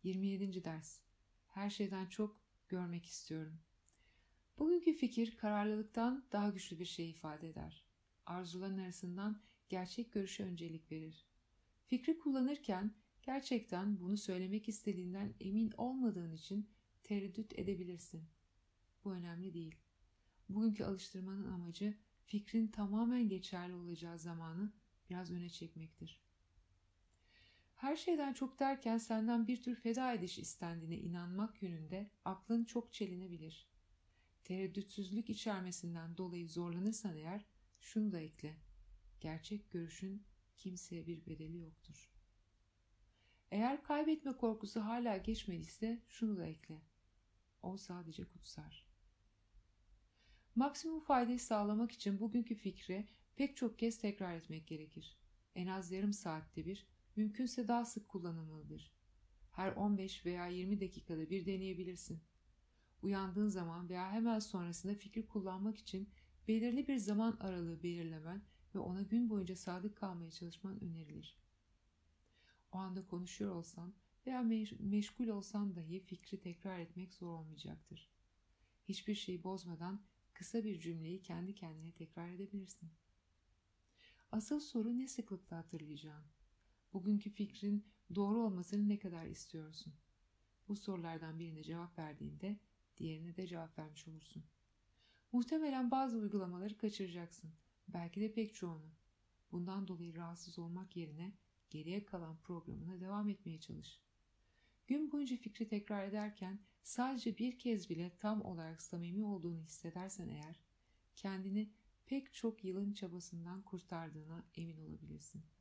27. ders. Her şeyden çok görmek istiyorum. Bugünkü fikir kararlılıktan daha güçlü bir şey ifade eder. Arzuların arasından gerçek görüşe öncelik verir. Fikri kullanırken gerçekten bunu söylemek istediğinden emin olmadığın için tereddüt edebilirsin. Bu önemli değil. Bugünkü alıştırmanın amacı fikrin tamamen geçerli olacağı zamanı biraz öne çekmektir. Her şeyden çok derken senden bir tür feda ediş istendiğine inanmak yönünde aklın çok çelinebilir. Tereddütsüzlük içermesinden dolayı zorlanırsan eğer şunu da ekle. Gerçek görüşün kimseye bir bedeli yoktur. Eğer kaybetme korkusu hala geçmediyse şunu da ekle. O sadece kutsar. Maksimum faydayı sağlamak için bugünkü fikri pek çok kez tekrar etmek gerekir. En az yarım saatte bir, mümkünse daha sık kullanılmalıdır. Her 15 veya 20 dakikada bir deneyebilirsin. Uyandığın zaman veya hemen sonrasında fikri kullanmak için belirli bir zaman aralığı belirlemen ve ona gün boyunca sadık kalmaya çalışman önerilir. O anda konuşuyor olsan veya meşgul olsan dahi fikri tekrar etmek zor olmayacaktır. Hiçbir şeyi bozmadan kısa bir cümleyi kendi kendine tekrar edebilirsin. Asıl soru ne sıklıkla hatırlayacağın? Bugünkü fikrin doğru olmasını ne kadar istiyorsun? Bu sorulardan birine cevap verdiğinde diğerine de cevap vermiş olursun. Muhtemelen bazı uygulamaları kaçıracaksın. Belki de pek çoğunu. Bundan dolayı rahatsız olmak yerine geriye kalan programına devam etmeye çalış. Gün boyunca fikri tekrar ederken sadece bir kez bile tam olarak samimi olduğunu hissedersen eğer, kendini pek çok yılın çabasından kurtardığına emin olabilirsin.